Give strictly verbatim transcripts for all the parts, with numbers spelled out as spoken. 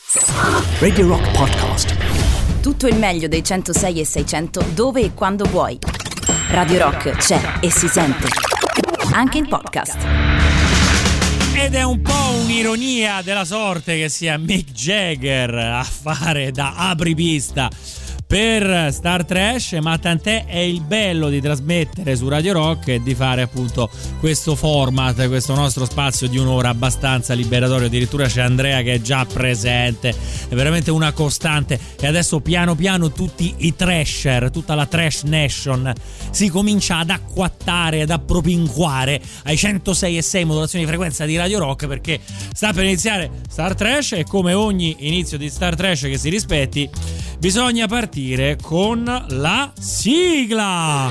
Radio Rock Podcast. Tutto il meglio dei centosei e seicento dove e quando vuoi. Radio Rock c'è e si sente anche in podcast. Ed è un po' un'ironia della sorte che sia Mick Jagger a fare da apripista per Star Trash, ma tant'è, è il bello di trasmettere su Radio Rock e di fare appunto questo format, questo nostro spazio di un'ora abbastanza liberatorio. Addirittura c'è Andrea che è già presente, è veramente una costante, e adesso piano piano tutti i trasher, tutta la Trash Nation si comincia ad acquattare, ad appropinquare ai centosei e sei modulazioni di frequenza di Radio Rock, perché sta per iniziare Star Trash e come ogni inizio di Star Trash che si rispetti bisogna partire con la sigla.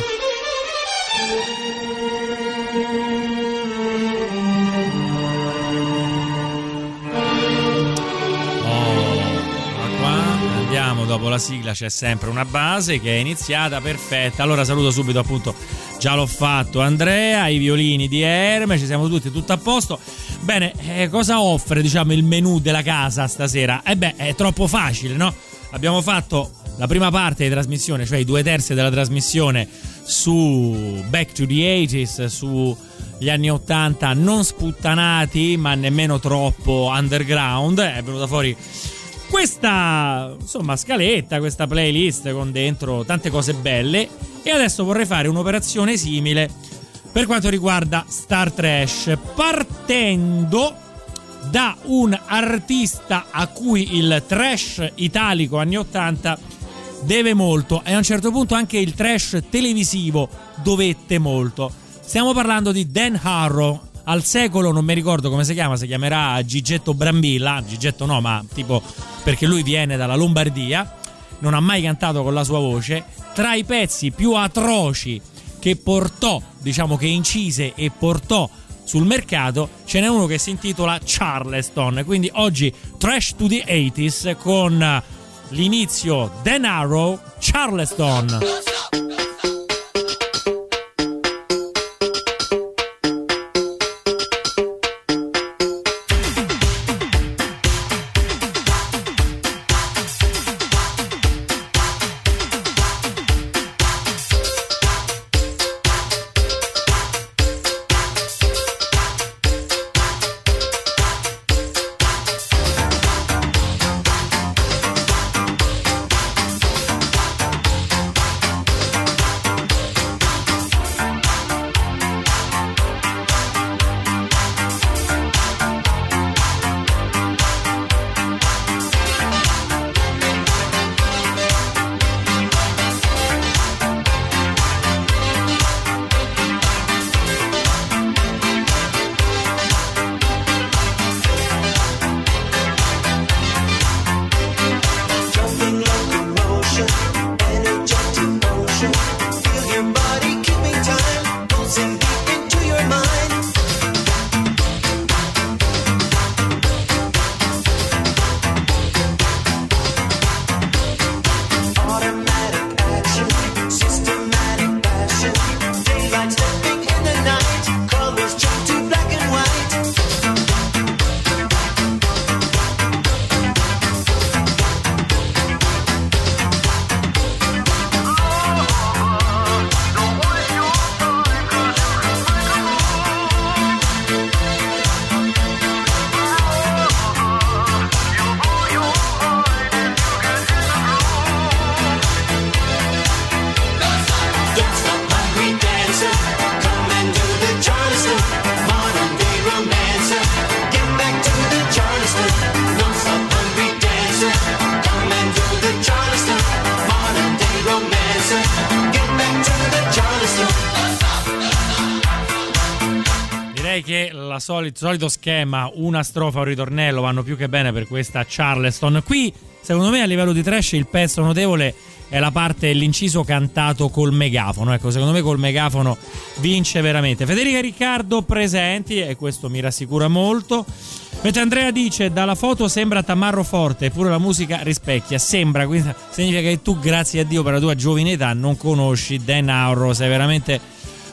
Andiamo, dopo la sigla c'è sempre una base che è iniziata, perfetta. Allora saluto subito, appunto già l'ho fatto, Andrea, i violini di Erme, ci siamo tutti, tutto a posto. Bene, eh, cosa offre diciamo il menù della casa stasera? Eh beh, è troppo facile, no? Abbiamo fatto la prima parte di trasmissione, cioè i due terzi della trasmissione su Back to the ottanta, sugli anni ottanta non sputtanati ma nemmeno troppo underground. È venuta fuori questa insomma scaletta, questa playlist con dentro tante cose belle, e adesso vorrei fare un'operazione simile per quanto riguarda Star Trash, partendo da un artista a cui il trash italico anni ottanta deve molto, e a un certo punto anche il trash televisivo dovette molto. Stiamo parlando di Dan Harrow. Al secolo non mi ricordo come si chiama, si chiamerà Gigetto Brambilla, Gigetto no, ma tipo perché lui viene dalla Lombardia, non ha mai cantato con la sua voce. Tra i pezzi più atroci che portò, diciamo che incise e portò sul mercato, ce n'è uno che si intitola Charleston. Quindi oggi Trash to the ottanta con l'inizio Dan Harrow, Charleston. Che la solito, solito schema, una strofa, un ritornello vanno più che bene per questa Charleston. Qui secondo me a livello di trash il pezzo notevole è la parte, l'inciso cantato col megafono. Ecco, secondo me col megafono vince veramente. Federica e Riccardo presenti e questo mi rassicura molto. Mentre Andrea dice dalla foto sembra tamarro forte, eppure la musica rispecchia. Sembra, quindi significa che tu, grazie a Dio per la tua giovane età, non conosci Dan Harrow, sei veramente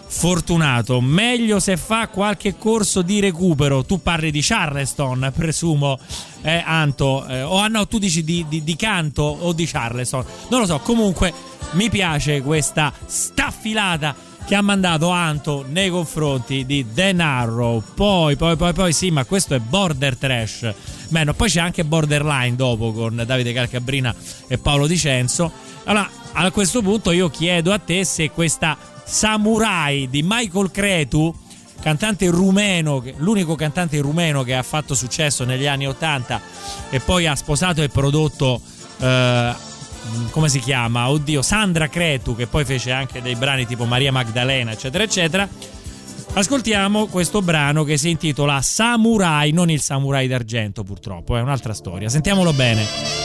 fortunato. Meglio se fa qualche corso di recupero. Tu parli di Charleston, presumo, eh, Anto, eh, o ah, no, tu dici di, di, di canto o di Charleston, non lo so. Comunque mi piace questa staffilata che ha mandato Anto nei confronti di Dan Arrow. Poi, poi, poi, poi, sì, ma questo è border trash. Beh, no, poi c'è anche Borderline dopo con Davide Calcabrina e Paolo Di Censo. Allora, a questo punto io chiedo a te se questa Samurai di Michael Cretu, cantante rumeno, l'unico cantante rumeno che ha fatto successo negli anni ottanta e poi ha sposato e prodotto eh, come si chiama? Oddio, Sandra Cretu, che poi fece anche dei brani tipo Maria Maddalena eccetera eccetera. Ascoltiamo questo brano che si intitola Samurai, non il Samurai d'argento purtroppo, è un'altra storia. Sentiamolo bene.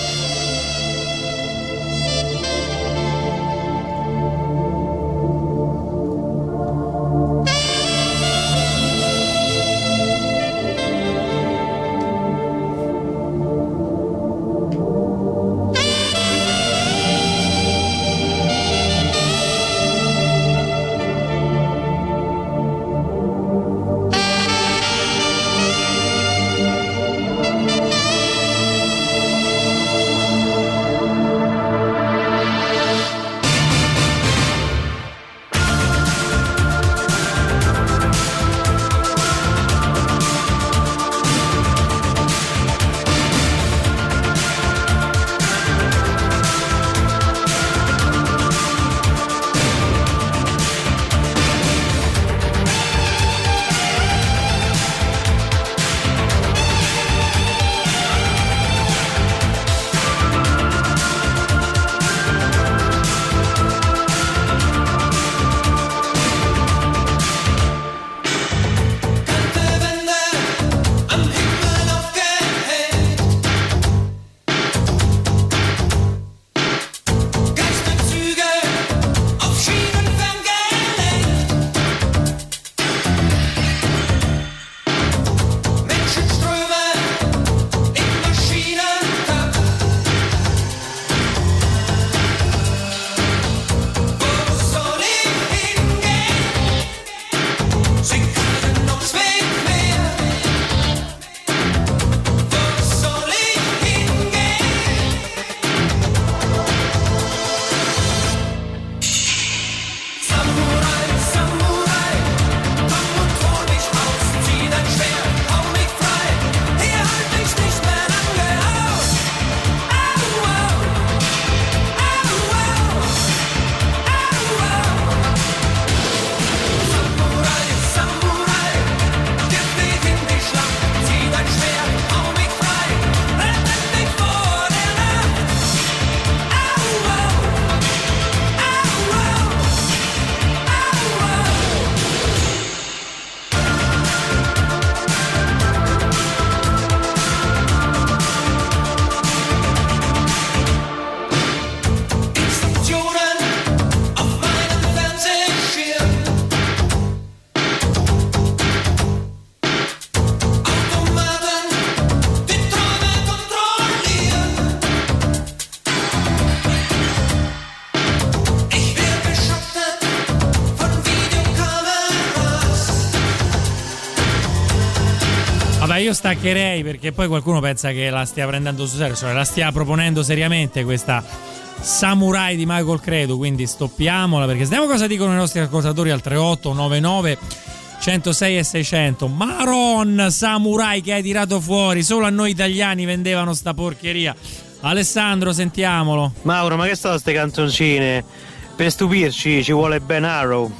Io staccherei perché poi qualcuno pensa che la stia prendendo sul serio, cioè la stia proponendo seriamente questa Samurai di Michael Cretu, quindi stoppiamola perché sentiamo cosa dicono i nostri ascoltatori al tre otto nove nove centosei e seicento. Maron, Samurai che hai tirato fuori, solo a noi italiani vendevano sta porcheria. Alessandro, sentiamolo. Mauro, ma che sono ste canzoncine? Per stupirci ci vuole Ben Arrow.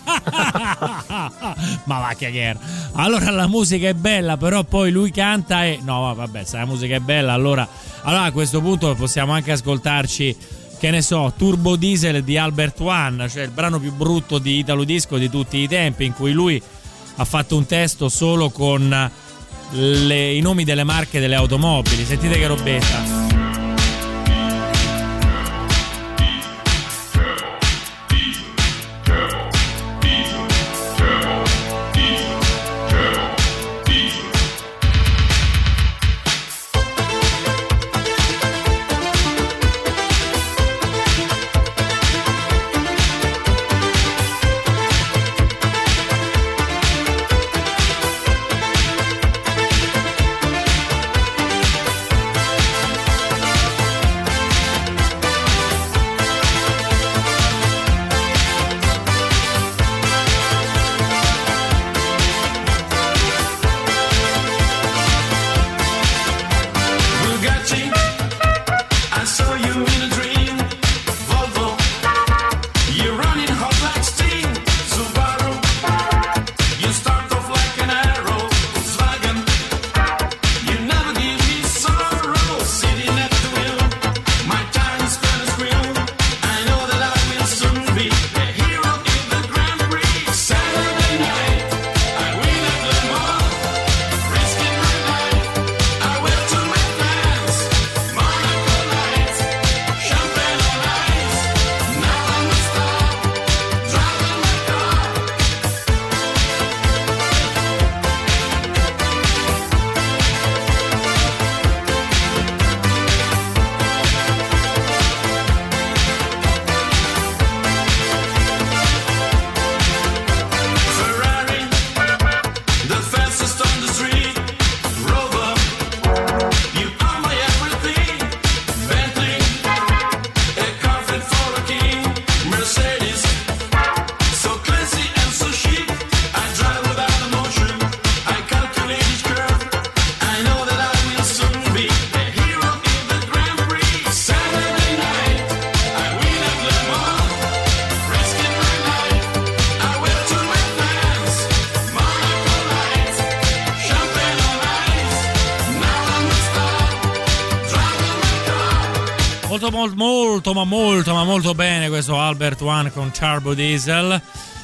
Ma va che era. Allora la musica è bella, però poi lui canta e no vabbè, se la musica è bella allora allora a questo punto possiamo anche ascoltarci, che ne so, Turbo Diesel di Albert One, cioè il brano più brutto di Italo Disco di tutti i tempi, in cui lui ha fatto un testo solo con le, i nomi delle marche delle automobili. Sentite che robetta. Molto, molto, molto, ma molto, ma molto bene questo Albert One con Turbo Diesel.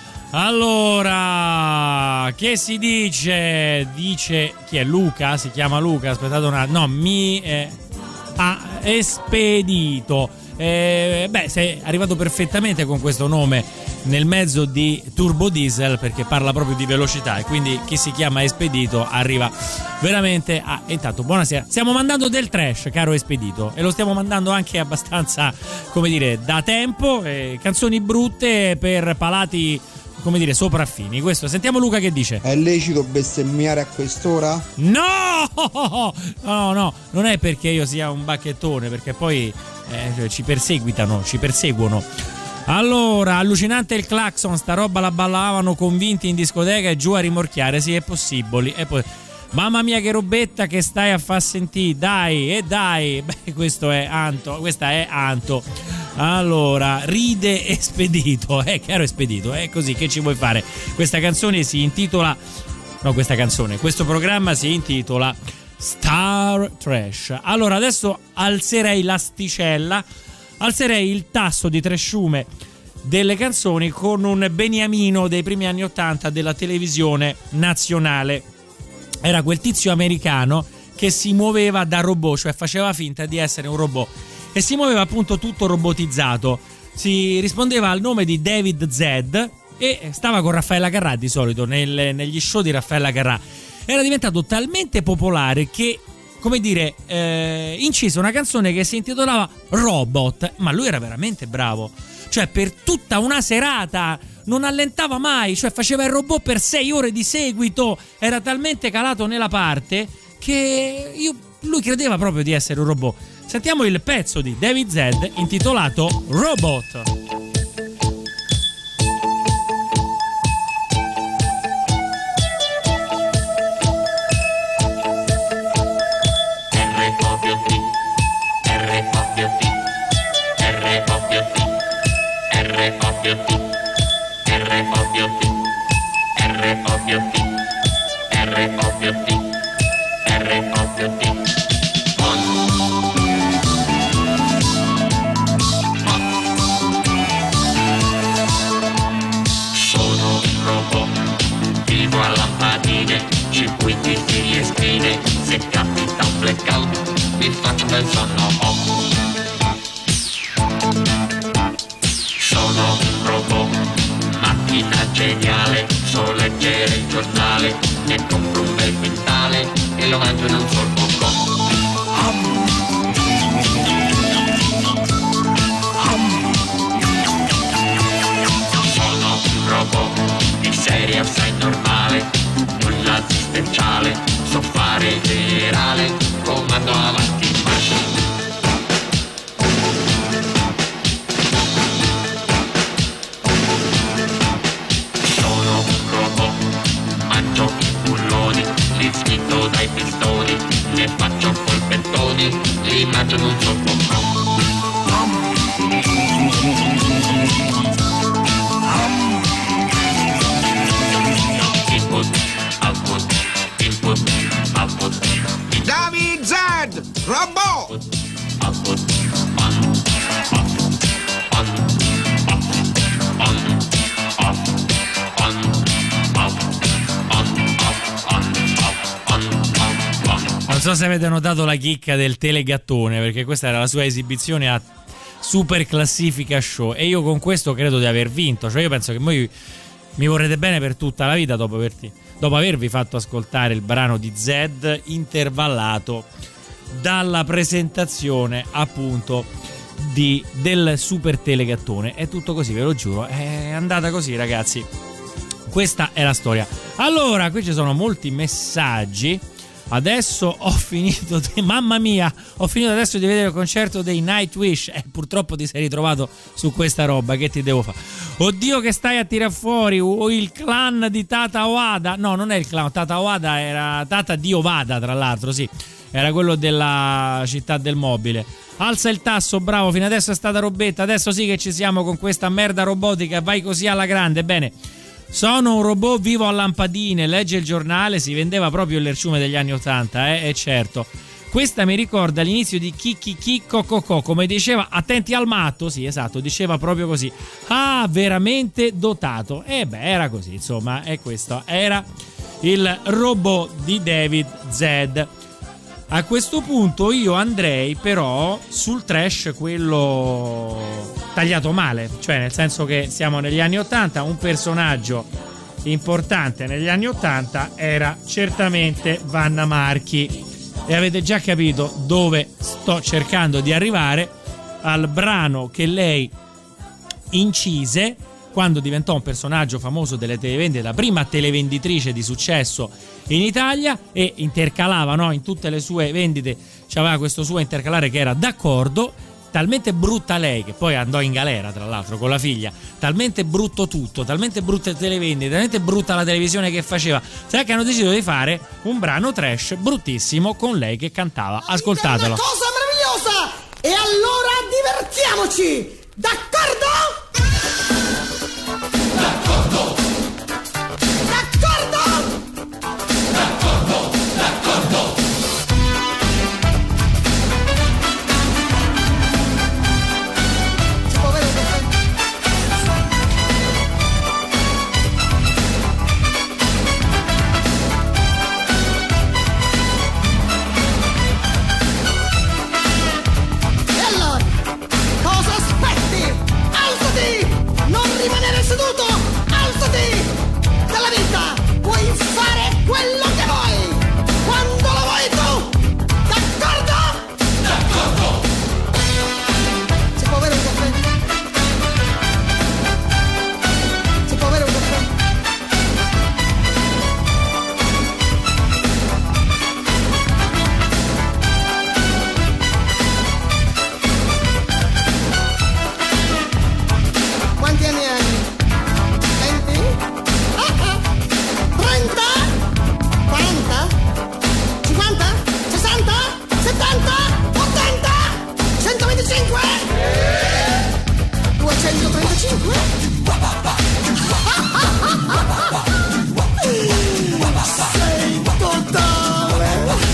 Allora, che si dice? Dice, chi è? Luca? Si chiama Luca? Aspettate un attimo. No, mi eh, ha espedito. Eh, beh, sei arrivato perfettamente con questo nome nel mezzo di Turbo Diesel, perché parla proprio di velocità, e quindi chi si chiama Espedito arriva veramente a... Intanto, buonasera. Stiamo mandando del trash, caro Espedito, e lo stiamo mandando anche abbastanza, come dire, da tempo. Eh, canzoni brutte per palati, come dire, sopraffini. Questo, sentiamo Luca che dice. È lecito bestemmiare a quest'ora? No! No, no, non è perché io sia un bacchettone, perché poi eh, ci perseguitano, ci perseguono. Allora, allucinante il clacson, sta roba la ballavano convinti in discoteca e giù a rimorchiare, sì, è possibile. E poi, mamma mia che robetta che stai a far sentire, dai, e dai. Beh, questo è Anto, questa è Anto. Allora, ride Espedito, eh, caro Espedito, è così, che ci vuoi fare? Questa canzone si intitola, no, questa canzone, questo programma si intitola Star Trash. Allora, adesso alzerei l'asticella, alzerei il tasso di trashume delle canzoni con un beniamino dei primi anni ottanta della televisione nazionale. Era quel tizio americano che si muoveva da robot, cioè faceva finta di essere un robot e si muoveva appunto tutto robotizzato. Si rispondeva al nome di David Zed e stava con Raffaella Carrà di solito nel, negli show di Raffaella Carrà. Era diventato talmente popolare che, come dire, eh, incise una canzone che si intitolava Robot, ma lui era veramente bravo, cioè per tutta una serata non allentava mai, cioè faceva il robot per sei ore di seguito, era talmente calato nella parte che io, lui credeva proprio di essere un robot. Sentiamo il pezzo di David Zed intitolato Robot. Circuiti, fili e spine, se capita un blackout mi faccio un bel sonno oh. Sono un robot, macchina geniale, so leggere il giornale, ne compro un bel quintale e lo mangio in un sorbo Sono un robot di serie assai normale, assistenziale, so fare il generale, comando avanti in marcia. Sono un robot, mangio i bulloni, li schido dai pistoni, ne faccio polpettoni, li mangio in un sorbo. David Zed, robot! Non so se avete notato la chicca del telegattone, perché questa era la sua esibizione a Super Classifica Show e io con questo credo di aver vinto. Cioè io penso che voi mi vorrete bene per tutta la vita dopo averti dopo avervi fatto ascoltare il brano di Zed intervallato dalla presentazione appunto di, del super telegattone. È tutto così, ve lo giuro, è andata così ragazzi, questa è la storia. Allora, qui ci sono molti messaggi. Adesso ho finito di... Mamma mia, ho finito adesso di vedere il concerto dei Nightwish e eh, purtroppo ti sei ritrovato su questa roba, che ti devo fare? Oddio che stai a tirare fuori o il clan di Tata Owada. No, non è il clan, Tata Owada era Tata di Ovada, tra l'altro, sì, era quello della città del mobile. Alza il tasso, bravo, fino adesso è stata robetta, adesso sì che ci siamo con questa merda robotica, vai così alla grande. Bene, sono un robot vivo a lampadine, legge il giornale, si vendeva proprio il lerciume degli anni ottanta, eh, e certo. Questa mi ricorda l'inizio di Chi Chi Chi Co Co Co, come diceva, attenti al matto, sì esatto, diceva proprio così. Ah, veramente dotato. E beh, era così, insomma, e questo era il robot di David Zed. A questo punto io andrei però sul trash quello tagliato male, cioè nel senso che siamo negli anni ottanta, un personaggio importante negli anni ottanta era certamente Vanna Marchi. E avete già capito dove sto cercando di arrivare, al brano che lei incise quando diventò un personaggio famoso delle televendite, la prima televenditrice di successo in Italia, e intercalava, no, in tutte le sue vendite c'aveva questo suo intercalare che era d'accordo. Talmente brutta lei, che poi andò in galera tra l'altro con la figlia, talmente brutto tutto, talmente brutte televendite, talmente brutta la televisione che faceva, sai che hanno deciso di fare un brano trash bruttissimo con lei che cantava. Ascoltatelo. È una cosa meravigliosa! E allora divertiamoci! D'accordo? D'accordo! D'accordo! D'accordo! D'accordo! Seduto, alzati! Dalla vita puoi fare quello che vuoi, quando lo vuoi tu, d'accordo? D'accordo! Si può avere un caffè? Si può avere un caffè? Quanti anni hai? duecentotrentacinque? Sei totale!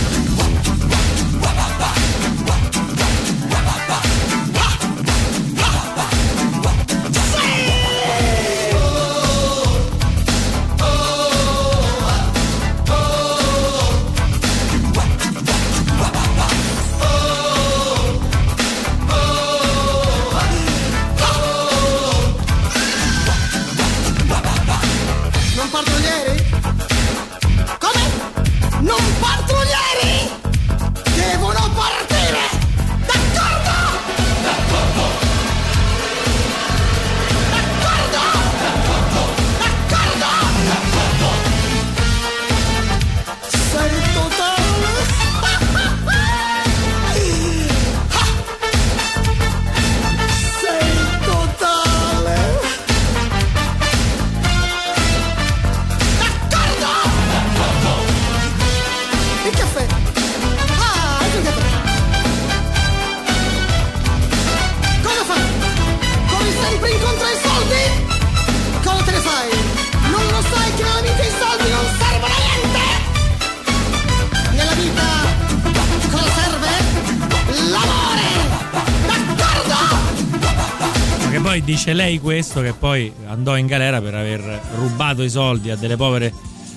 Dice lei questo, che poi andò in galera per aver rubato i soldi a delle povere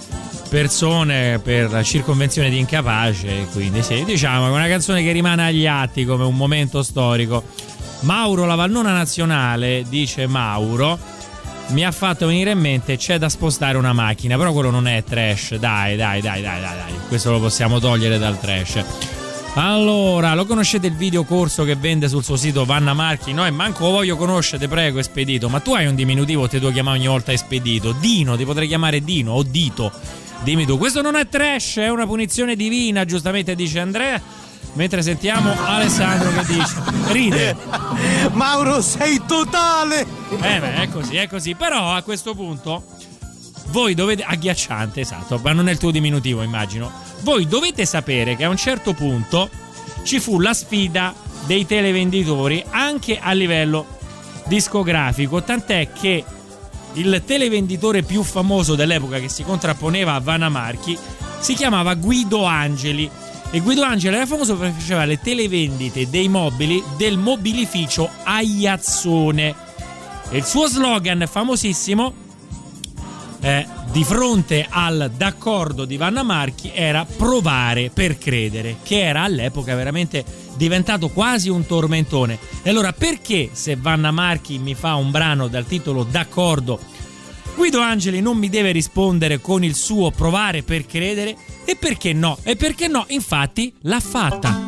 persone per circonvenzione di incapace. Quindi sì, diciamo che è una canzone che rimane agli atti come un momento storico. Mauro la Vannona Nazionale, dice Mauro, mi ha fatto venire in mente c'è da spostare una macchina, però quello non è trash, dai dai dai dai dai, dai. Questo lo possiamo togliere dal trash. Allora, lo conoscete il video corso che vende sul suo sito Vanna Marchi? No, e manco lo voglio conoscere, te prego, Espedito. Ma tu hai un diminutivo, te devo chiamare ogni volta Espedito. Dino, ti potrei chiamare Dino o Dito. Dimmi tu, questo non è trash, è una punizione divina, giustamente dice Andrea. Mentre sentiamo Alessandro che dice, ride. Mauro, sei totale. Eh beh, è così, è così. Però a questo punto voi dovete, agghiacciante, esatto, ma non è il tuo diminutivo, immagino. Voi dovete sapere che a un certo punto ci fu la sfida dei televenditori anche a livello discografico, tant'è che il televenditore più famoso dell'epoca che si contrapponeva a Vanna Marchi si chiamava Guido Angeli E Guido Angeli era famoso perché faceva le televendite dei mobili del mobilificio Aiazzone. E il suo slogan famosissimo, eh, di fronte al d'accordo di Vanna Marchi, era provare per credere, che era all'epoca veramente diventato quasi un tormentone. E allora perché, se Vanna Marchi mi fa un brano dal titolo d'accordo, Guido Angeli non mi deve rispondere con il suo provare per credere? E perché no? E perché no? Infatti l'ha fatta.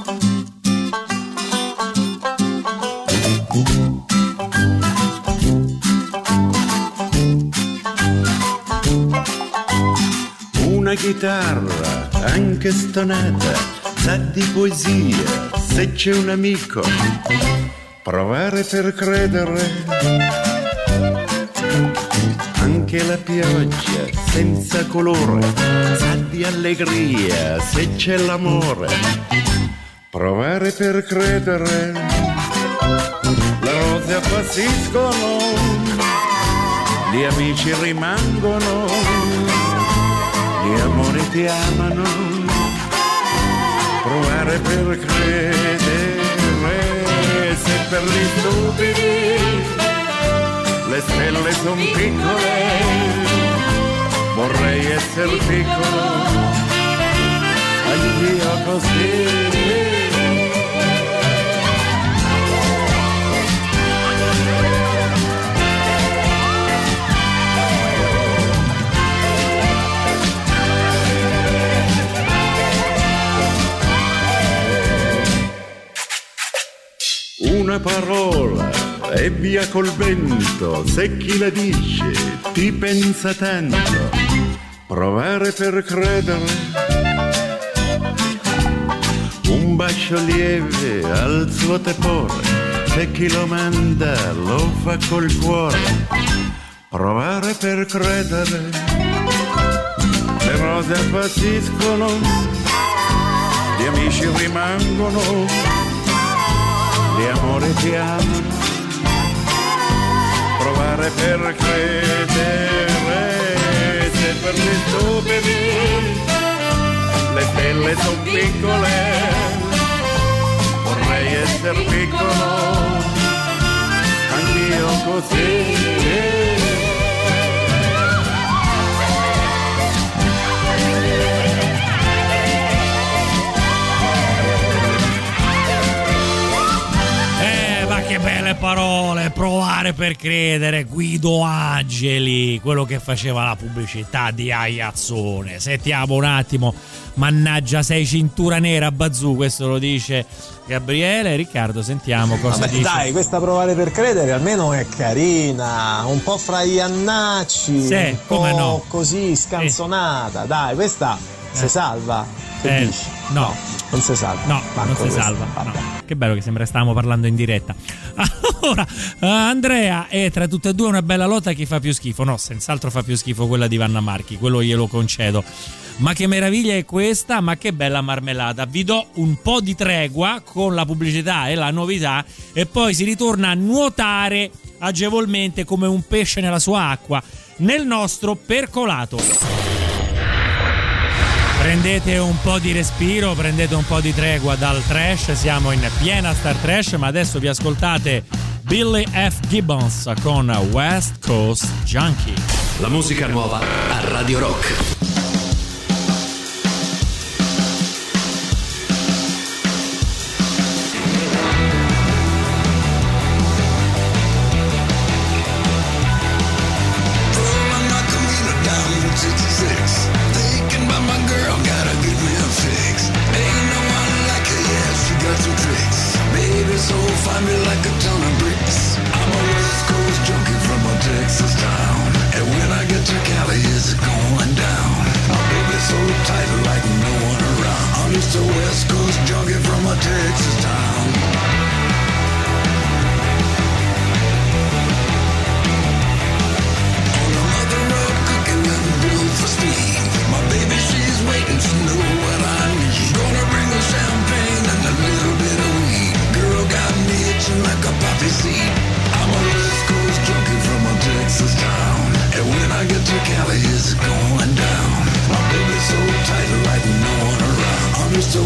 Una chitarra anche stonata, sa di poesia, se c'è un amico, provare per credere. Anche la pioggia senza colore sa di allegria se c'è l'amore. Provare per credere. Le rose appassiscono, gli amici rimangono, gli amori ti amano. Provare per credere. Se per gli stupidi le stelle son piccole, vorrei essere piccolo, anch'io così. Una parola e via col vento, se chi la dice ti pensa tanto. Provare per credere. Un bacio lieve al suo tepore, se chi lo manda lo fa col cuore. Provare per credere. Le rose appassiscono, gli amici rimangono, gli amori ti amano. Provare per credere. Se per gli stupidi le stelle son piccole, vorrei essere piccolo, anch'io così. Che belle parole, provare per credere. Guido Angeli, quello che faceva la pubblicità di Aiazzone. Sentiamo un attimo. Mannaggia, sei cintura nera, Bazzu, questo lo dice Gabriele. Riccardo, sentiamo cosa Vabbè, dice. Dai, questa provare per credere almeno è carina, un po' fra gli annacci, sì, un po' come no, così scanzonata. Eh. Dai, questa eh. si salva. Che eh, dici? No. no, non si salva. No, non si questa. salva. No. Che bello che sembra stavamo parlando in diretta. Allora, uh, Andrea, è tra tutte e due una bella lotta, chi fa più schifo? No, senz'altro fa più schifo quella di Vanna Marchi, quello glielo concedo. Ma che meraviglia è questa, ma che bella marmellata. Vi do un po' di tregua con la pubblicità e la novità e poi si ritorna a nuotare agevolmente come un pesce nella sua acqua nel nostro percolato. Prendete un po' di respiro, prendete un po' di tregua dal trash, siamo in piena Star Trash, ma adesso vi ascoltate Billy F. Gibbons con West Coast Junkie. La musica nuova a Radio Rock. Find me like a ton of bricks. I'm a West Coast junkie from a Texas town. And when I get to Cali, it's going down. My baby's so tight like no one around. I'm just a West Coast junkie from a Texas town. On the mother road cooking and built for speed. My baby, she's waiting to know what I need. Gonna bring her champagne and a little bit of weed. Girl got me itching like a poppy seed. I'm a West Coast junkie from a Texas town. And when I get to Cali, it's going down. My baby's so tight like no one around. I'm just a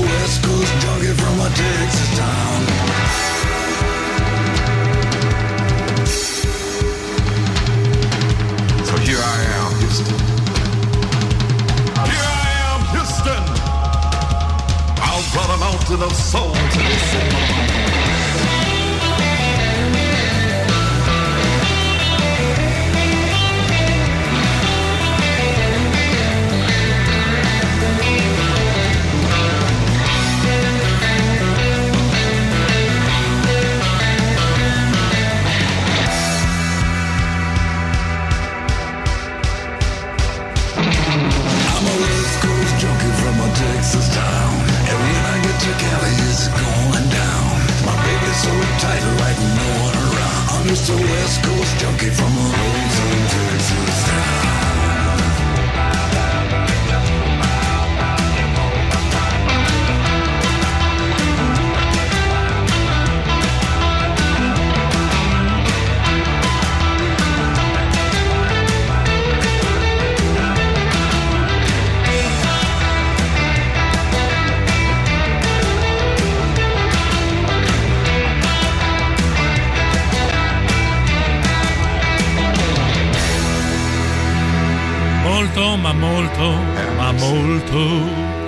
molto, ma molto, ma molto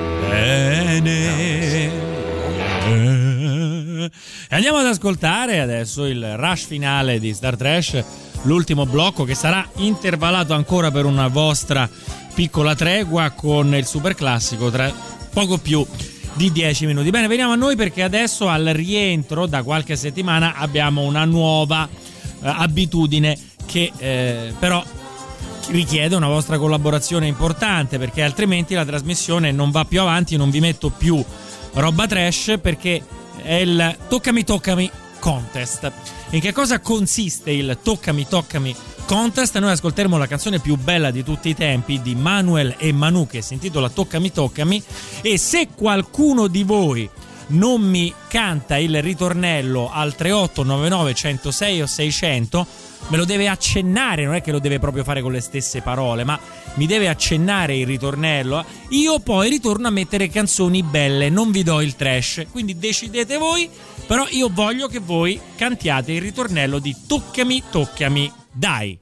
bene. E andiamo ad ascoltare adesso il rush finale di Star Trash, l'ultimo blocco che sarà intervallato ancora per una vostra piccola tregua con il super classico tra poco più di dieci minuti. Bene, veniamo a noi perché adesso al rientro da qualche settimana abbiamo una nuova eh, abitudine che eh, però richiede una vostra collaborazione importante, perché altrimenti la trasmissione non va più avanti, non vi metto più roba trash, perché è il Toccami Toccami Contest. In che cosa consiste il Toccami Toccami Contest? Noi ascolteremo la canzone più bella di tutti i tempi di Manuel e Manu, che si intitola Toccami Toccami, e se qualcuno di voi non mi canta il ritornello al tre otto nove nove uno zero sei o seicento, me lo deve accennare, non è che lo deve proprio fare con le stesse parole, ma mi deve accennare il ritornello. Io poi ritorno a mettere canzoni belle, non vi do il trash, quindi decidete voi, però io voglio che voi cantiate il ritornello di Toccami Toccami Dai.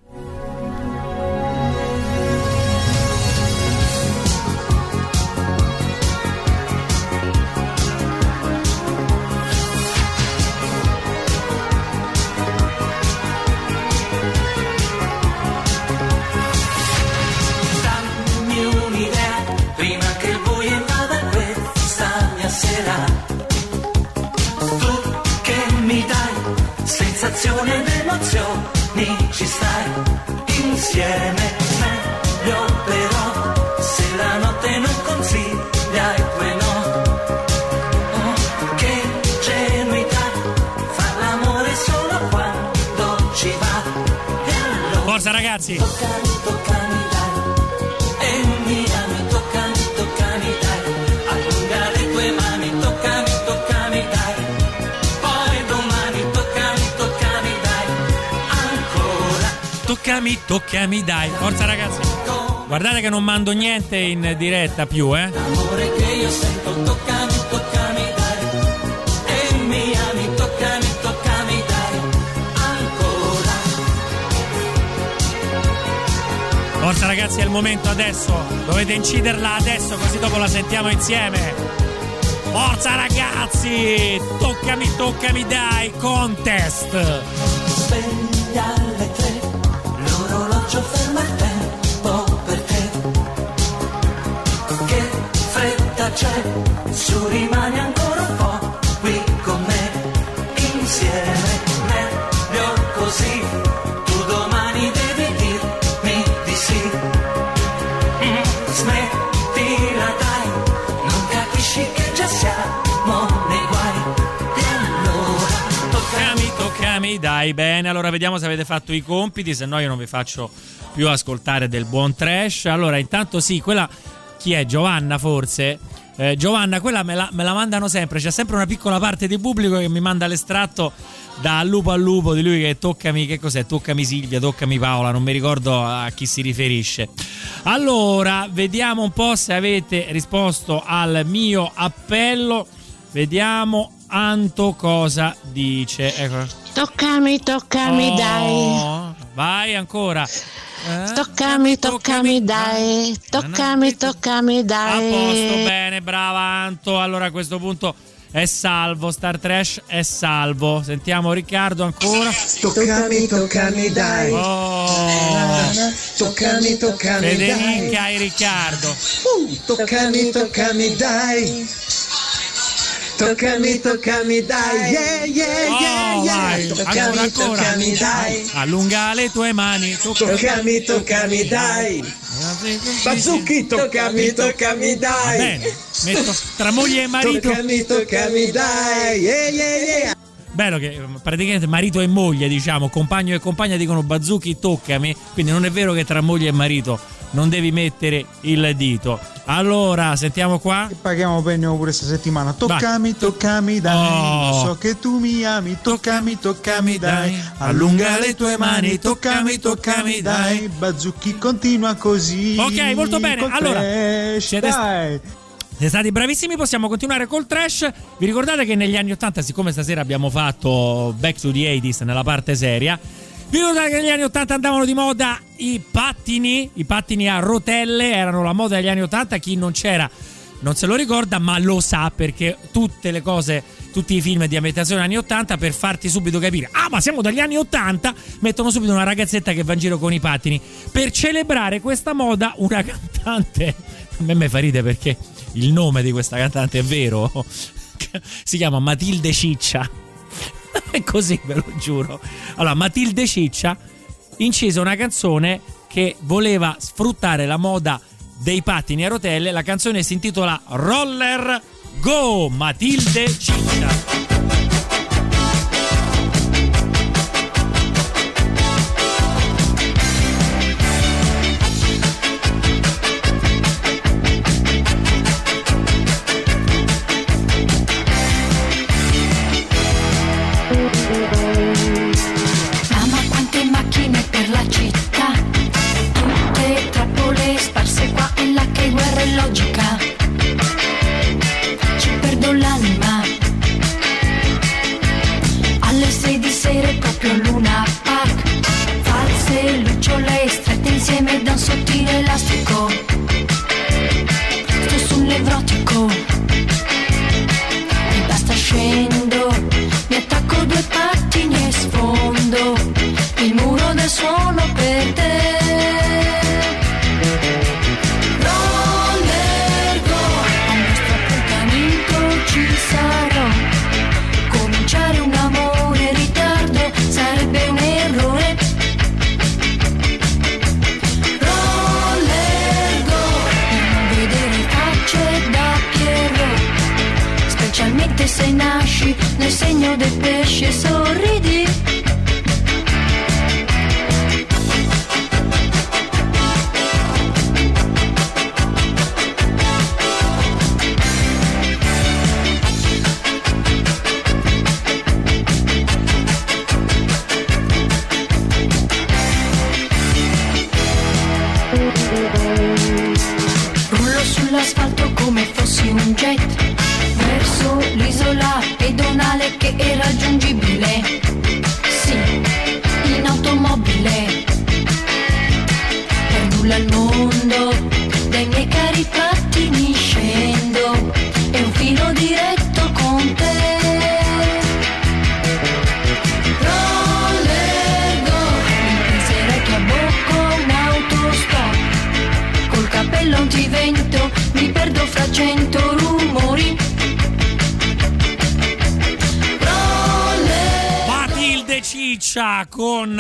Sensazione ed emozioni, ci stai insieme, meglio però se la notte non consiglia i tuoi no. Oh, che genuità, fa l'amore solo quando ci va. E allora, forza ragazzi! Toccami, toccami dai, e mi ami, toccami, toccami dai, allunga le tue mani, toccami, toccami dai. Toccami, toccami, dai. Forza ragazzi. Guardate che non mando niente in diretta più, eh. L'amore che io sento, toccami, toccami, dai. E mi ami, toccami, toccami, dai. Ancora. Forza ragazzi, è il momento adesso. Dovete inciderla adesso, così dopo la sentiamo insieme. Forza ragazzi. Toccami, toccami, dai. Contest. Sveglia alle tre. L'orologio ferma il tempo per te. Che fretta c'è, su rimani ancora un po' qui con me. Insieme, meglio così. Tu domani devi dirmi di sì. Mm, smettila dai, non capisci che già siamo nei guai. E allora, toccami, toccami, dai. Bene, allora vediamo se avete fatto i compiti, se no io non vi faccio più ascoltare del buon trash. Allora, intanto sì, quella chi è? Giovanna forse? Eh, Giovanna, quella me la, me la mandano sempre, c'è sempre una piccola parte di pubblico che mi manda l'estratto da lupo a lupo di lui che toccami, che cos'è? Toccami Silvia, toccami Paola, non mi ricordo a chi si riferisce. Allora, vediamo un po' se avete risposto al mio appello. Vediamo Anto cosa dice. Ecco. Toccami, toccami, oh, dai. Vai ancora. Eh? Toccami, toccami, dai. Toccami, toccami, dai. A posto, bene, brava Anto. Allora a questo punto è salvo, Star Trash è salvo. Sentiamo Riccardo ancora. Toccami, toccami, dai. Oh. Toccami, toccami, Federica dai. e Riccardo. Uh, toccami, toccami, dai. Toccami, toccami, dai. Yeah, yeah, oh, yeah, yeah. Toccami, ancora, ancora. toccami, dai. Allunga le tue mani. Toccami, toccami, dai. Bazzucchi, toccami, toccami, dai. Va bene. Metto tra moglie e marito. Toccami, toccami, dai. Yeah, yeah, yeah. Bello che praticamente marito e moglie, diciamo, compagno e compagna dicono Bazzucchi, toccami. Quindi non è vero che tra moglie e marito non devi mettere il dito. Allora, sentiamo qua. E paghiamo bene pure questa settimana. Toccami, Vai. toccami, dai. Oh. So che tu mi ami. Toccami, toccami, dai. Allunga le tue mani. Toccami, toccami, dai. Bazzucchi continua così. Ok, molto bene. Col Allora, trash, siete, dai. siete stati bravissimi. Possiamo continuare col trash. Vi ricordate che negli anni ottanta, siccome stasera abbiamo fatto Back to the ottanta nella parte seria, vi ricordate che negli anni ottanta andavano di moda i pattini, i pattini a rotelle erano la moda degli anni ottanta. Chi non c'era non se lo ricorda, ma lo sa, perché tutte le cose, tutti i film di ambientazione anni ottanta, per farti subito capire ah ma siamo dagli anni ottanta, mettono subito una ragazzetta che va in giro con i pattini. Per celebrare questa moda, una cantante, a me mi fa ridere perché il nome di questa cantante è vero, si chiama Matilde Ciccia, è così, ve lo giuro. Allora, Matilde Ciccia incise una canzone che voleva sfruttare la moda dei pattini a rotelle. La canzone si intitola Roller Go, Matilde Ciccia. Mamma, quante macchine per la città, tutte trappole sparse qua e là, che guerra è logica, ci perdo l'anima. Alle sei di sera proprio a Luna Park, false lucciole strette insieme da un sottile elastico, sto sul nevrotico e basta, scendo, mi attacco due pattini e sfondo il muro del suono per te. Roller go, al nostro appuntamento ci sarò. Cominciare un amore in ritardo sarebbe un errore. Roller go, per non vedere facce da Pierrot, specialmente se nasci nel segno del pesce, sorridi. Rullo sull'asfalto come fossi un jet verso l'isola pedonale che è raggiungibile, sì, in automobile. Per nulla al mondo dai miei cari pattini scendo e un filo diretto con te. Roller go, mi penserai che abbocco un autostop, col cappello antivento mi perdo fra cento rumori. Matilde Ciccia con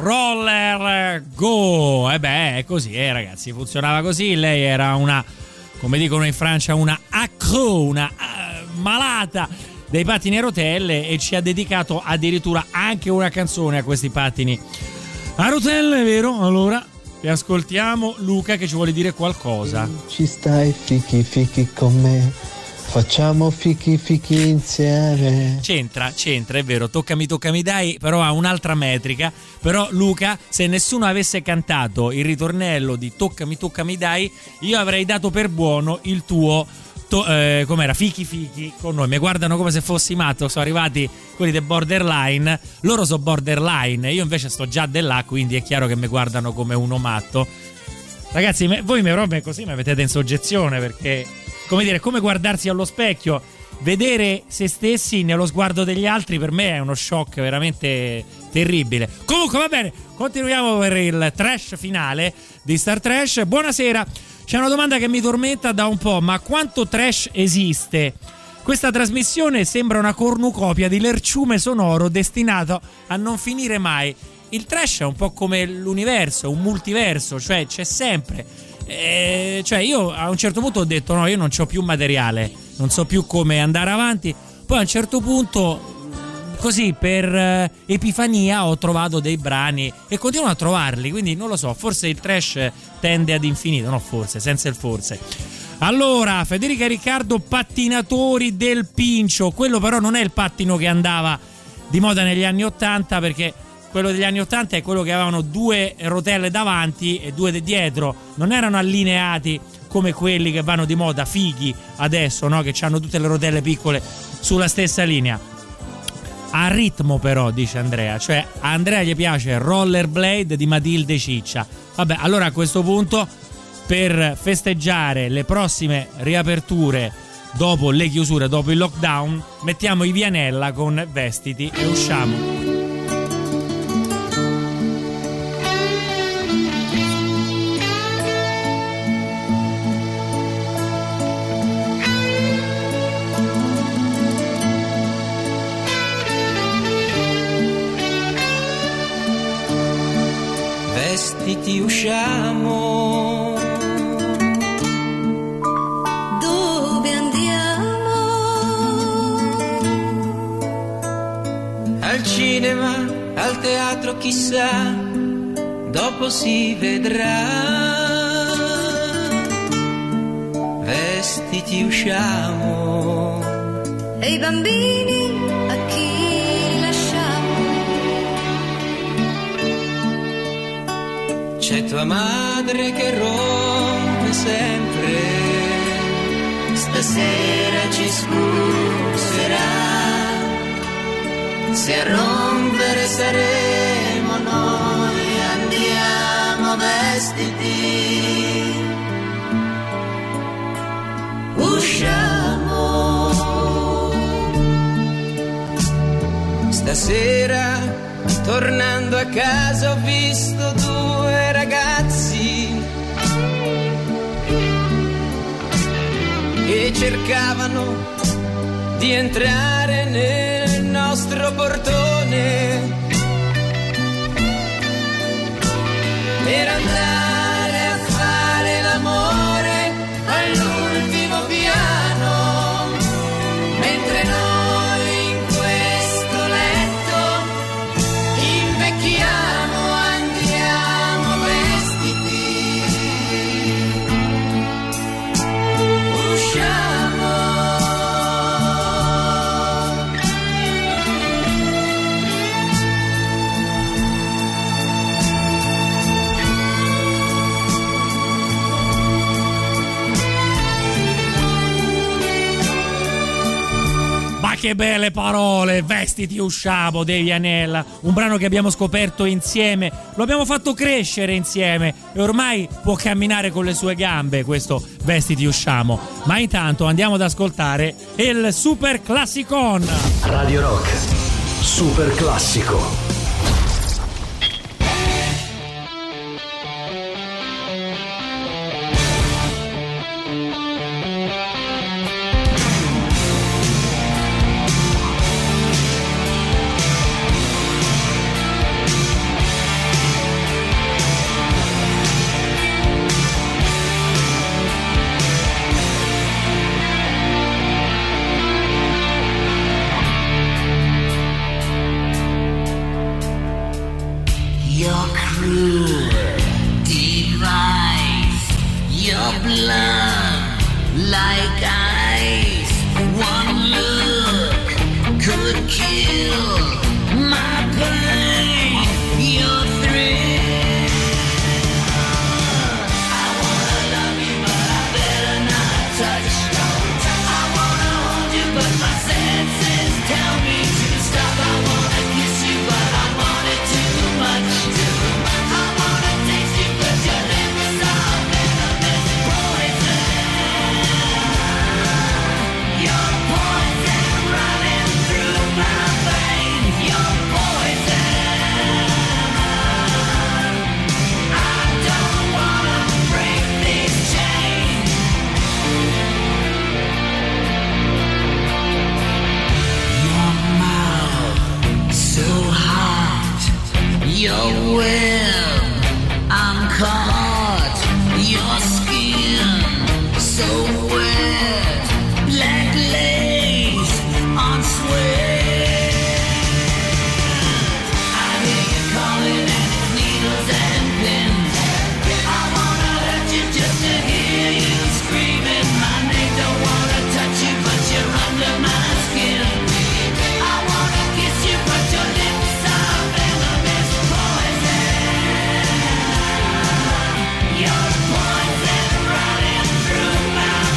Roller Go. E eh beh, è così, eh ragazzi, funzionava così. Lei era una, come dicono in Francia, una accro, una uh, malata dei pattini a rotelle, e ci ha dedicato addirittura anche una canzone a questi pattini a rotelle, vero? Allora e ascoltiamo Luca che ci vuole dire qualcosa. Ci stai fichi fichi con me, facciamo fichi fichi insieme. C'entra, c'entra, è vero, toccami toccami dai, però ha un'altra metrica. Però Luca, se nessuno avesse cantato il ritornello di toccami toccami dai, io avrei dato per buono il tuo to, eh, com'era, fichi fichi con noi. Mi guardano come se fossi matto, sono arrivati quelli del borderline, loro sono borderline, io invece sto già di là, quindi è chiaro che mi guardano come uno matto. Ragazzi, me, voi mi robe così mi mettete in soggezione, perché, come dire, come guardarsi allo specchio, vedere se stessi nello sguardo degli altri, per me è uno shock veramente terribile. Comunque va bene, continuiamo per il trash finale di Star Trash. Buonasera, c'è una domanda che mi tormenta da un po', ma quanto trash esiste? Questa trasmissione sembra una cornucopia di lerciume sonoro destinato a non finire mai. Il trash è un po' come l'universo, un multiverso, cioè c'è sempre. Eh, cioè io a un certo punto ho detto no, io non c'ho più materiale, non so più come andare avanti. Poi a un certo punto, così per eh, epifania, ho trovato dei brani e continuo a trovarli, quindi non lo so, forse il trash tende ad infinito, no forse, senza il forse. Allora, Federica e Riccardo, pattinatori del Pincio. Quello però non è il pattino che andava di moda negli anni ottanta, perché quello degli anni ottanta è quello che avevano due rotelle davanti e due dietro, non erano allineati come quelli che vanno di moda, fighi adesso, no? Che hanno tutte le rotelle piccole sulla stessa linea. a ritmo però, dice Andrea, cioè a Andrea gli piace Rollerblade di Matilde Ciccia. Vabbè, allora a questo punto, per festeggiare le prossime riaperture dopo le chiusure, dopo il lockdown, mettiamo i Vianella con Vestiti e usciamo. Vestiti, usciamo. Dove andiamo? Al cinema, al teatro, chissà, dopo si vedrà. Vestiti, usciamo. E i bambini a chi lasciamo? C'è tua madre che rompe sempre, stasera ci scuserà. Se a rompere saremo noi, andiamo vestiti, usciamo. Stasera, tornando a casa, ho visto due ragazzi che cercavano di entrare nel nostro portone per andare a fare l'amore all'ultimo piano, mentre noi in questo letto invecchiamo, andiamo vestiti, usciamo. Che belle parole, Vestiti, usciamo dei Vianella, un brano che abbiamo scoperto insieme, lo abbiamo fatto crescere insieme e ormai può camminare con le sue gambe questo Vestiti, usciamo. Ma intanto andiamo ad ascoltare il super classicon. Radio Rock, super classico. Your poison running through my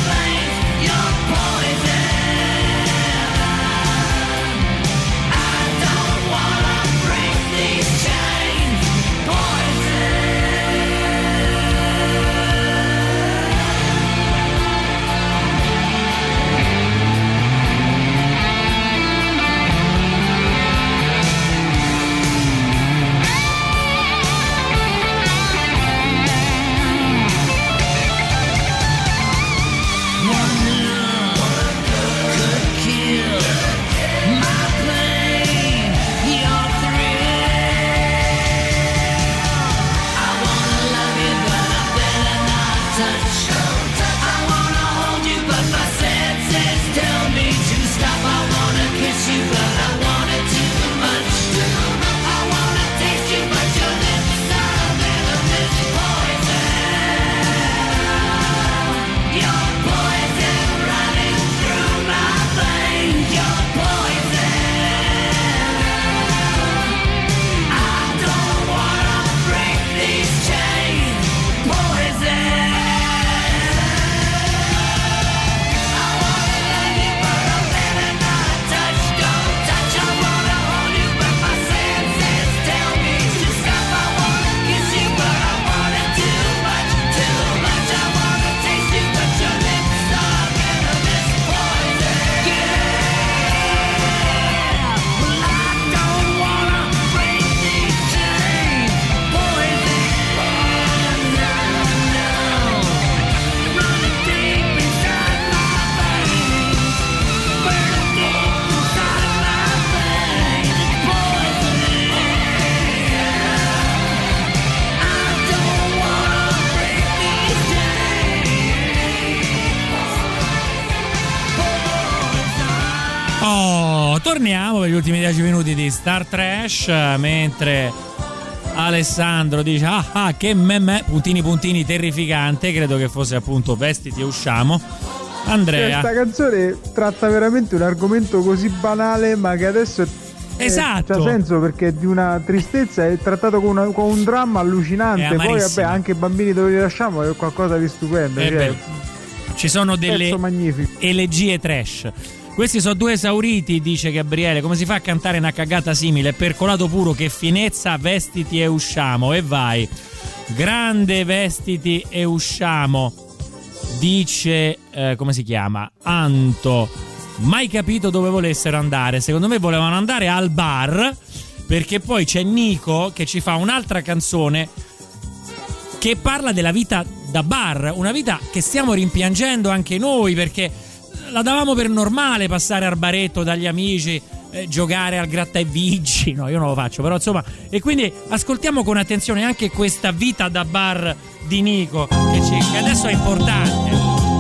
torniamo per gli ultimi dieci minuti di Star Trash, mentre Alessandro dice ah ah che meme, puntini puntini terrificante, credo che fosse appunto Vestiti e usciamo. Andrea, questa canzone tratta veramente un argomento così banale ma che adesso è esatto, c'ha senso perché è di una tristezza, è trattato con, una, con un dramma allucinante. Poi vabbè, anche i bambini dove li lasciamo è qualcosa di stupendo, eh cioè, beh, ci sono delle elegie trash. Questi sono due esauriti, dice Gabriele. Come si fa a cantare una cagata simile? Percolato puro, che finezza, Vestiti e usciamo. E vai, grande Vestiti e usciamo, dice eh, come si chiama? Anto. Mai capito dove volessero andare. Secondo me volevano andare al bar, perché poi c'è Nico che ci fa un'altra canzone che parla della vita da bar, una vita che stiamo rimpiangendo anche noi, perché la davamo per normale passare al baretto dagli amici, eh, giocare al gratta e vinci. No, io non lo faccio, però insomma. E quindi ascoltiamo con attenzione anche questa vita da bar di Nico, che, ci, che adesso è importante.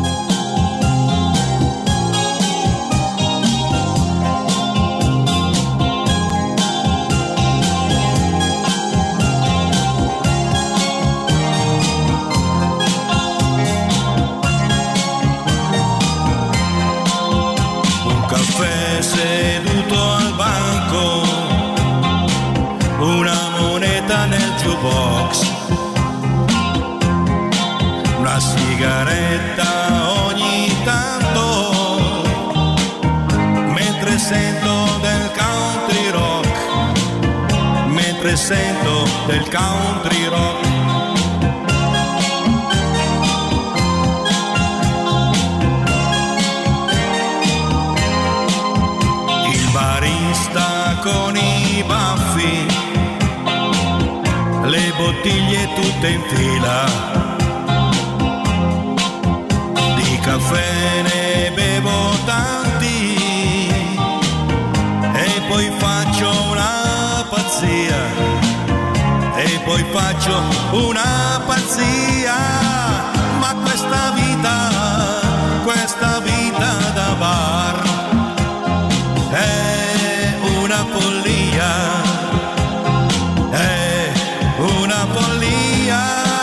Seduto al banco, una moneta nel jukebox, una sigaretta ogni tanto, mentre sento del country rock, mentre sento del country rock. Barista con i baffi, le bottiglie tutte in fila, di caffè ne bevo tanti e poi faccio una pazzia, e poi faccio una pazzia, ma questa vita, questa vita da bar è una follia, è una follia,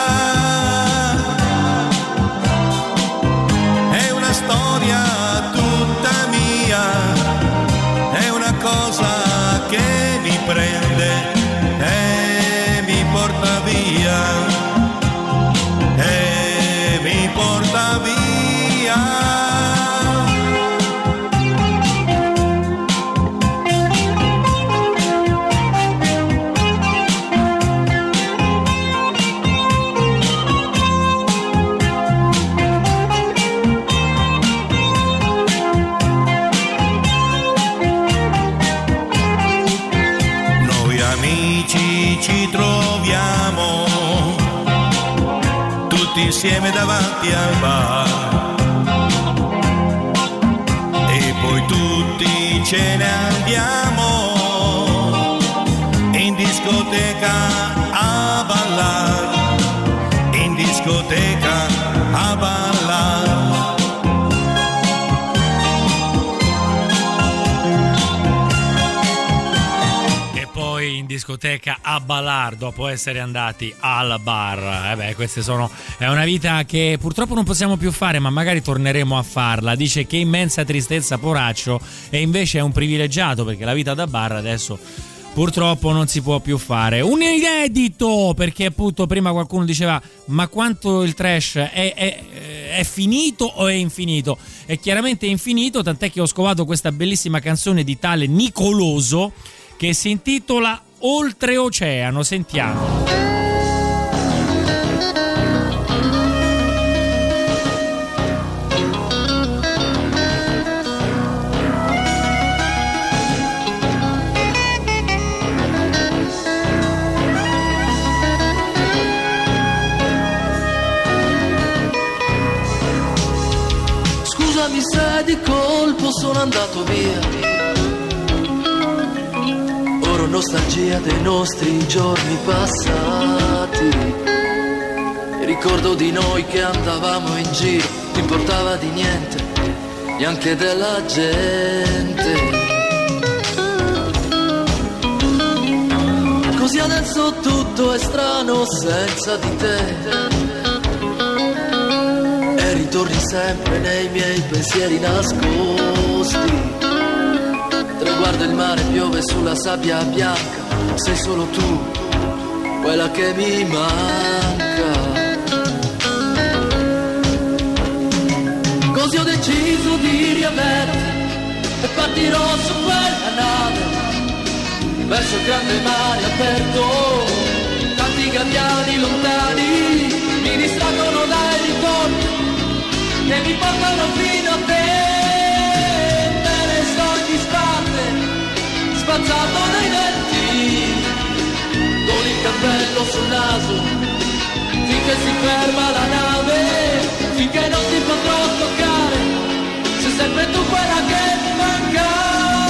è una storia tutta mia, è una cosa che mi prende e mi porta via, e mi porta via. Ci troviamo tutti insieme davanti al bar e poi tutti ce ne andiamo in discoteca a ballare, in discoteca a ballare. In discoteca a ballare dopo essere andati al bar. Eh beh, queste sono è una vita che purtroppo non possiamo più fare, ma magari torneremo a farla. Dice che immensa tristezza poraccio, e invece è un privilegiato perché la vita da bar adesso purtroppo non si può più fare. Un inedito, perché appunto prima qualcuno diceva ma quanto il trash è, è, è finito o è infinito? È chiaramente infinito, tant'è che ho scovato questa bellissima canzone di tale Nicoloso che si intitola Oltreoceano. Sentiamo. Scusami se di colpo sono andato via, nostalgia dei nostri giorni passati, ricordo di noi che andavamo in giro, non importava di niente, neanche della gente. Così adesso tutto è strano senza di te, e ritorni sempre nei miei pensieri nascosti. Traguardo il mare, piove sulla sabbia bianca, sei solo tu, quella che mi manca. Così ho deciso di riaverti e partirò su quella nave verso il grande mare aperto. Tanti gabbiani lontani mi distraggono dai ricordi che mi portano fino a te. Me ne sto in disparte, spazzato dai denti, con il cappello sul naso, finché si ferma la nave, finché non ti potrò toccare, sei sempre tu quella che mi manca.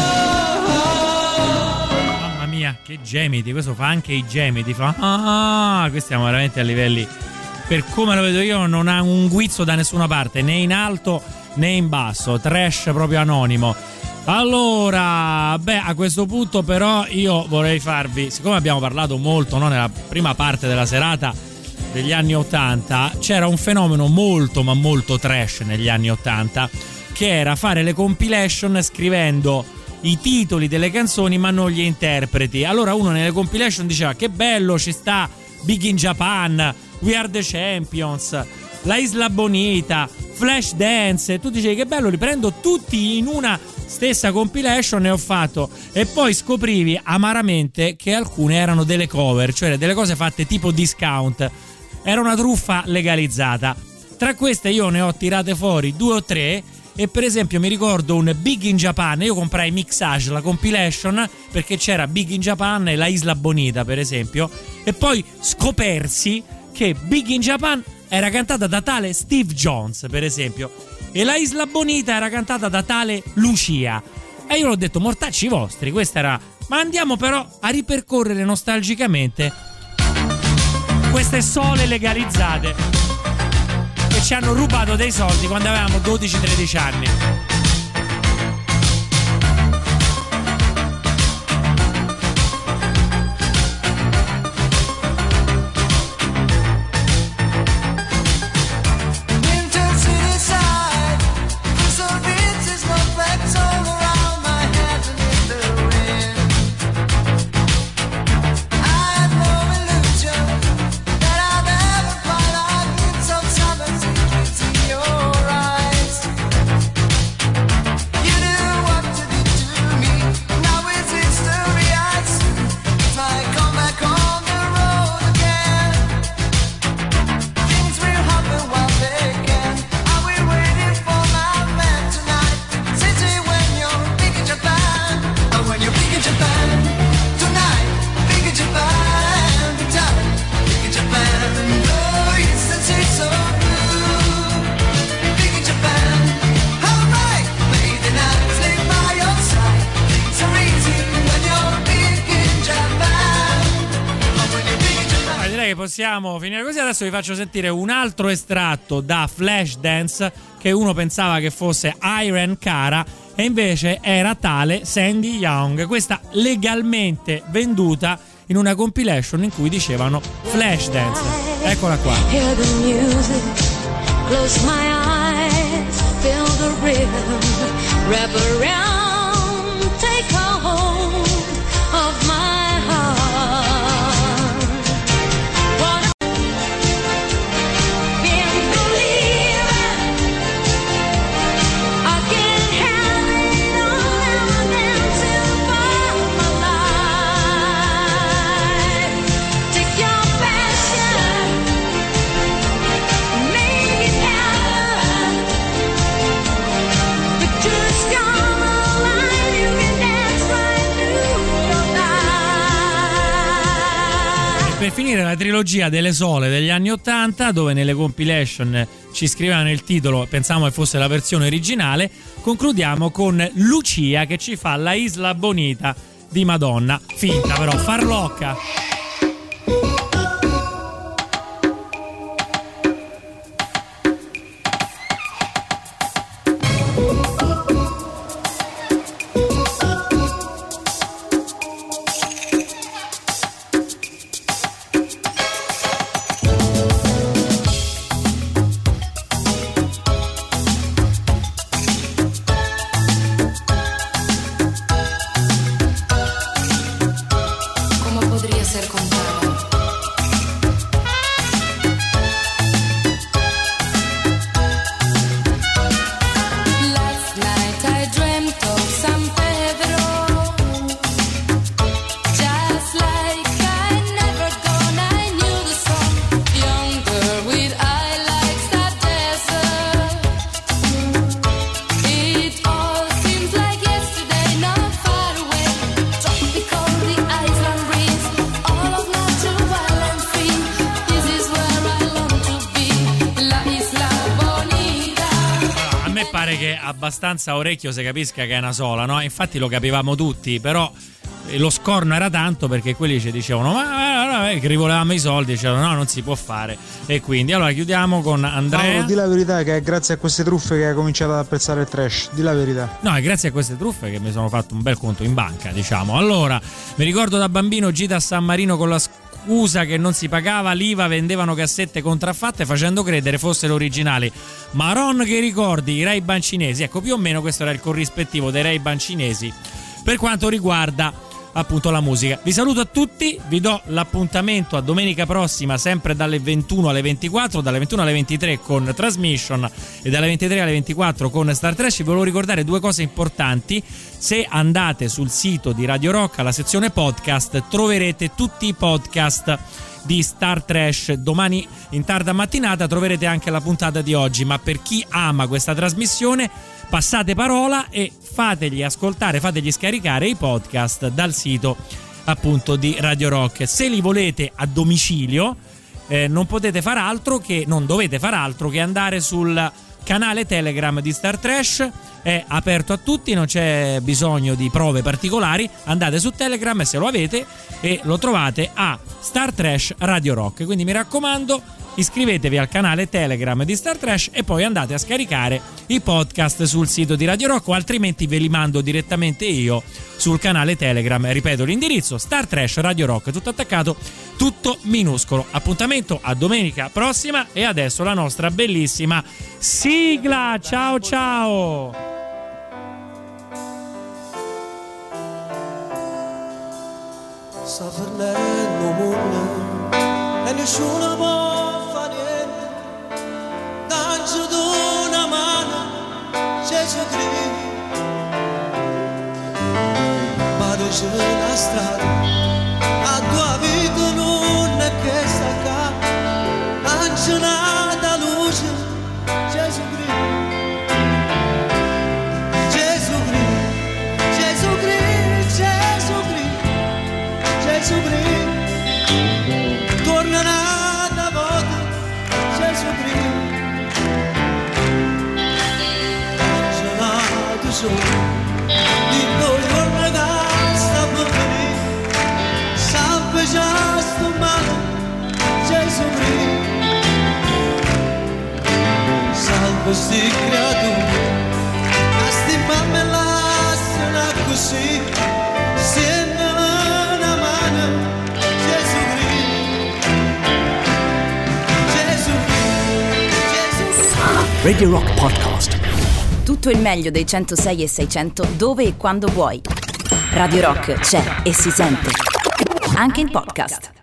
Che gemiti, questo fa anche i gemiti, fa ah, qui stiamo veramente a livelli, per come lo vedo io, non ha un guizzo da nessuna parte, né in alto né in basso, trash proprio anonimo. Allora, beh, a questo punto però io vorrei farvi, siccome abbiamo parlato molto, no, nella prima parte della serata degli anni ottanta, c'era un fenomeno molto ma molto trash negli anni ottanta, che era fare le compilation scrivendo i titoli delle canzoni ma non gli interpreti. Allora uno nelle compilation diceva che bello, ci sta Big in Japan, We Are the Champions, La Isla Bonita, Flash Dance, e tu dicevi che bello, li prendo tutti in una stessa compilation e ho fatto, e poi scoprivi amaramente che alcune erano delle cover, cioè delle cose fatte tipo discount, era una truffa legalizzata. Tra queste io ne ho tirate fuori due o tre. E per esempio mi ricordo un Big in Japan, io comprai Mixage, la compilation, perché c'era Big in Japan e La Isla Bonita per esempio, e poi scopersi che Big in Japan era cantata da tale Steve Jones per esempio, e La Isla Bonita era cantata da tale Lucia, e io l'ho detto mortacci vostri, questa era, ma andiamo però a ripercorrere nostalgicamente queste sole legalizzate che ci hanno rubato dei soldi quando avevamo dodici tredici anni. Possiamo finire così. Adesso vi faccio sentire un altro estratto da Flashdance, che uno pensava che fosse Irene Cara e invece era tale Sandy Young, questa legalmente venduta in una compilation in cui dicevano Flashdance. Eccola qua. Hear the music, close my eyes, feel the rhythm, wrap around, take a hold of my heart. Per finire la trilogia delle sole degli anni ottanta, dove nelle compilation ci scrivevano il titolo, pensavamo che fosse la versione originale, concludiamo con Lucia che ci fa La Isla Bonita di Madonna, finta però, farlocca. pare che abbastanza orecchio si capisca che è una sola, no? Infatti lo capivamo tutti, però lo scorno era tanto perché quelli ci dicevano ma eh, che rivolevamo i soldi, dicevano no, non si può fare. E quindi allora chiudiamo con Andrea. Paolo, di la verità che è grazie a queste truffe che hai cominciato ad apprezzare il trash, di la verità. No, è grazie a queste truffe che mi sono fatto un bel conto in banca, diciamo. Allora, mi ricordo da bambino gita a San Marino con la scusa che non si pagava l'I V A, vendevano cassette contraffatte facendo credere fossero originali. Maron che ricordi, i Ray-Ban cinesi. Ecco, più o meno questo era il corrispettivo dei Ray-Ban cinesi per quanto riguarda appunto la musica. Vi saluto a tutti, vi do l'appuntamento a domenica prossima sempre dalle ventuno alle ventiquattro, dalle ventuno alle ventitré con Transmission e dalle ventitré alle ventiquattro con Star Trash. Vi volevo ricordare due cose importanti: se andate sul sito di Radio Rock alla sezione podcast troverete tutti i podcast di Star Trash. Domani in tarda mattinata troverete anche la puntata di oggi, ma per chi ama questa trasmissione passate parola e fategli ascoltare, fategli scaricare i podcast dal sito appunto di Radio Rock. Se li volete a domicilio eh, non potete far altro che non dovete far altro che andare sul canale Telegram di Star Trash, è aperto a tutti, non c'è bisogno di prove particolari. Andate su Telegram e se lo avete e lo trovate a Star Trash Radio Rock. Quindi mi raccomando, iscrivetevi al canale Telegram di Star Trash e poi andate a scaricare i podcast sul sito di Radio Rock, o altrimenti ve li mando direttamente io sul canale Telegram. Ripeto l'indirizzo: Star Trash Radio Rock, tutto attaccato, tutto minuscolo. Appuntamento a domenica prossima e adesso la nostra bellissima sigla. Ciao ciao. Sta venendo mondo e nessuno può fare niente, danzo d'una mano Gesù Cristo, vado sulla strada, a tua vita non è che sta qua, danzo nata luce Gesù Cristo, Gesù Cristo, Gesù Cristo, Gesù Cristo, Gesù Cristo, tornerà da volta Gesù Cristo, gelato solo, di noi un ragazzo per venire, salve già sto male Gesù Cristo, salve sti creature, a sti mamme lasciano così, Radio Rock Podcast. Tutto il meglio dei centosei e seicento dove e quando vuoi. Radio Rock c'è e si sente. Anche in podcast.